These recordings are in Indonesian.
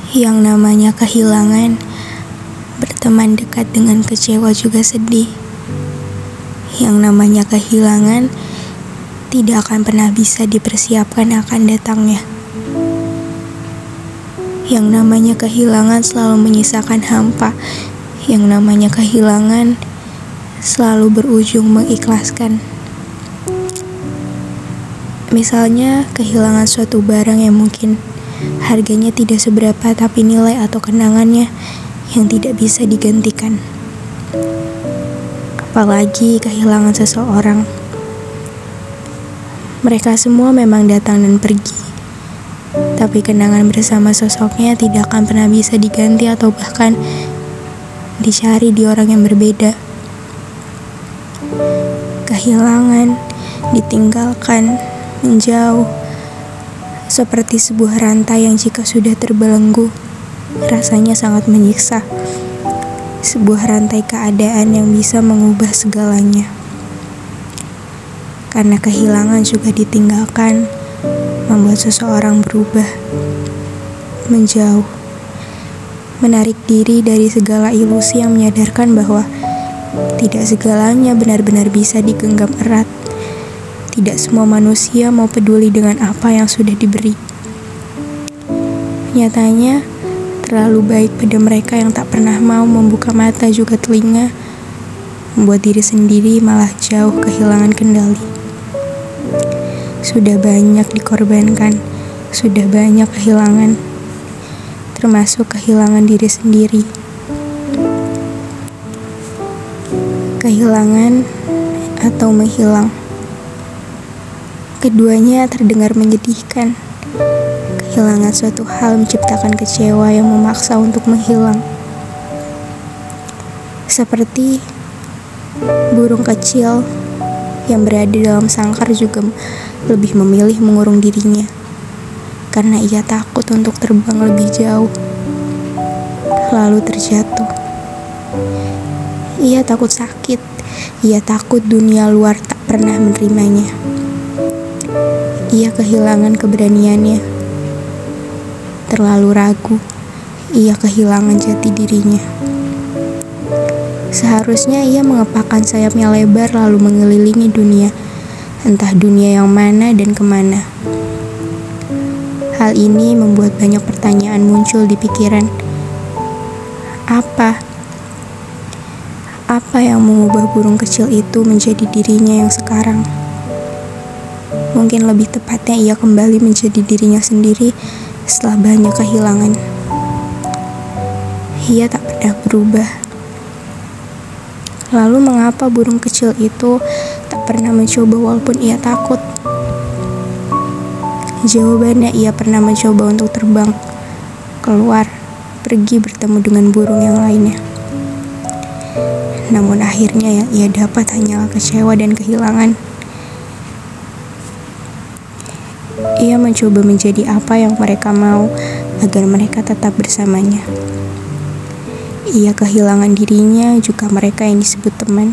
Yang namanya kehilangan, berteman dekat dengan kecewa juga sedih. Yang namanya kehilangan, tidak akan pernah bisa dipersiapkan akan datangnya. Yang namanya kehilangan selalu menyisakan hampa. Yang namanya kehilangan selalu berujung mengikhlaskan. Misalnya kehilangan suatu barang yang mungkin harganya tidak seberapa, tapi nilai atau kenangannya yang tidak bisa digantikan. Apalagi kehilangan seseorang. Mereka semua memang datang dan pergi, tapi kenangan bersama sosoknya tidak akan pernah bisa diganti atau bahkan dicari di orang yang berbeda. Kehilangan, ditinggalkan, menjauh, seperti sebuah rantai yang jika sudah terbelenggu, rasanya sangat menyiksa. Sebuah rantai keadaan yang bisa mengubah segalanya. Karena kehilangan juga ditinggalkan, membuat seseorang berubah, menjauh, menarik diri dari segala ilusi yang menyadarkan bahwa tidak segalanya benar-benar bisa digenggam erat. Tidak semua manusia mau peduli dengan apa yang sudah diberi. Nyatanya, terlalu baik pada mereka yang tak pernah mau membuka mata juga telinga, membuat diri sendiri malah jauh kehilangan kendali. Sudah banyak dikorbankan, sudah banyak kehilangan, termasuk kehilangan diri sendiri. Kehilangan atau menghilang. Keduanya terdengar menyedihkan. Kehilangan suatu hal menciptakan kecewa yang memaksa untuk menghilang. Seperti burung kecil yang berada dalam sangkar juga lebih memilih mengurung dirinya karena ia takut untuk terbang lebih jauh, lalu terjatuh. Ia takut sakit, ia takut dunia luar tak pernah menerimanya. Ia kehilangan keberaniannya, terlalu ragu, ia kehilangan jati dirinya. Seharusnya ia mengepakkan sayapnya lebar lalu mengelilingi dunia, entah dunia yang mana dan kemana. Hal ini membuat banyak pertanyaan muncul di pikiran. Apa yang mengubah burung kecil itu menjadi dirinya yang sekarang? Mungkin lebih tepatnya ia kembali menjadi dirinya sendiri setelah banyak kehilangan. Ia tak pernah berubah. Lalu mengapa burung kecil itu tak pernah mencoba walaupun ia takut? Jawabannya, ia pernah mencoba untuk terbang, keluar, pergi bertemu dengan burung yang lainnya. Namun akhirnya yang ia dapat hanyalah kecewa dan kehilangan. Ia mencoba menjadi apa yang mereka mau agar mereka tetap bersamanya. Ia kehilangan dirinya, juga mereka yang disebut teman.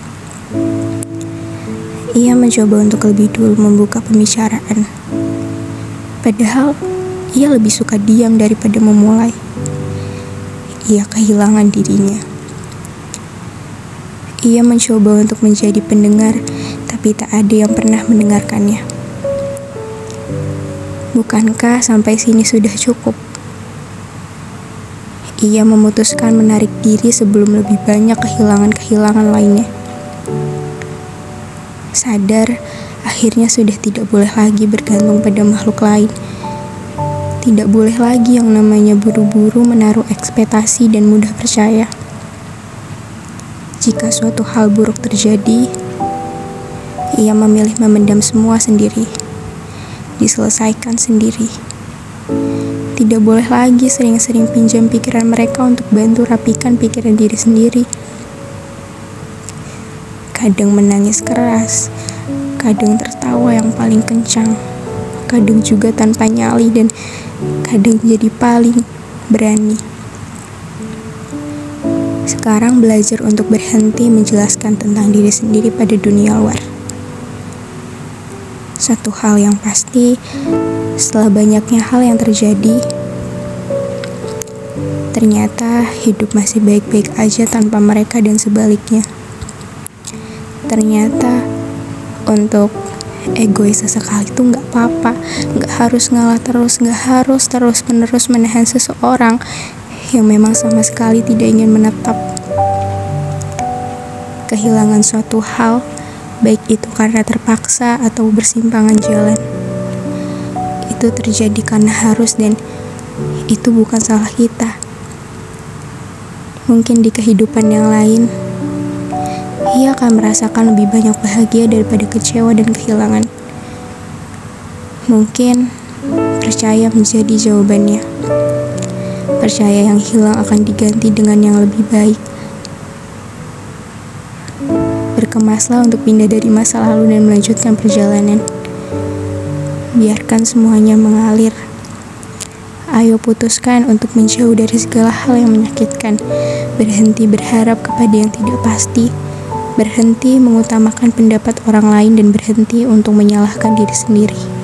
Ia mencoba untuk lebih dulu membuka pembicaraan. Padahal, ia lebih suka diam daripada memulai. Ia kehilangan dirinya. Ia mencoba untuk menjadi pendengar, tapi tak ada yang pernah mendengarkannya. Bukankah sampai sini sudah cukup? Ia memutuskan menarik diri sebelum lebih banyak kehilangan-kehilangan lainnya. Sadar, akhirnya sudah tidak boleh lagi bergantung pada makhluk lain. Tidak boleh lagi yang namanya buru-buru menaruh ekspektasi dan mudah percaya. Jika suatu hal buruk terjadi, ia memilih memendam semua sendiri, diselesaikan sendiri. Tidak boleh lagi sering-sering pinjam pikiran mereka untuk bantu rapikan pikiran diri sendiri. Kadang menangis keras, kadang tertawa yang paling kencang, kadang juga tanpa nyali, dan kadang jadi paling berani. Sekarang belajar untuk berhenti menjelaskan tentang diri sendiri pada dunia luar. Satu hal yang pasti, setelah banyaknya hal yang terjadi, Ternyata hidup masih baik-baik aja tanpa mereka dan sebaliknya. Ternyata untuk egois sesekali itu gak apa-apa. Gak harus ngalah terus, gak harus terus-menerus menahan seseorang yang memang sama sekali tidak ingin menetap. Kehilangan suatu hal, baik itu karena terpaksa atau bersimpangan jalan, itu terjadi karena harus, dan itu bukan salah kita. Mungkin di kehidupan yang lain, ia akan merasakan lebih banyak bahagia daripada kecewa dan kehilangan. Mungkin percaya menjadi jawabannya. Percaya yang hilang akan diganti dengan yang lebih baik. Berkemaslah untuk pindah dari masa lalu dan melanjutkan perjalanan. Biarkan semuanya mengalir. Ayo putuskan untuk menjauh dari segala hal yang menyakitkan. Berhenti berharap kepada yang tidak pasti. Berhenti mengutamakan pendapat orang lain dan berhenti untuk menyalahkan diri sendiri.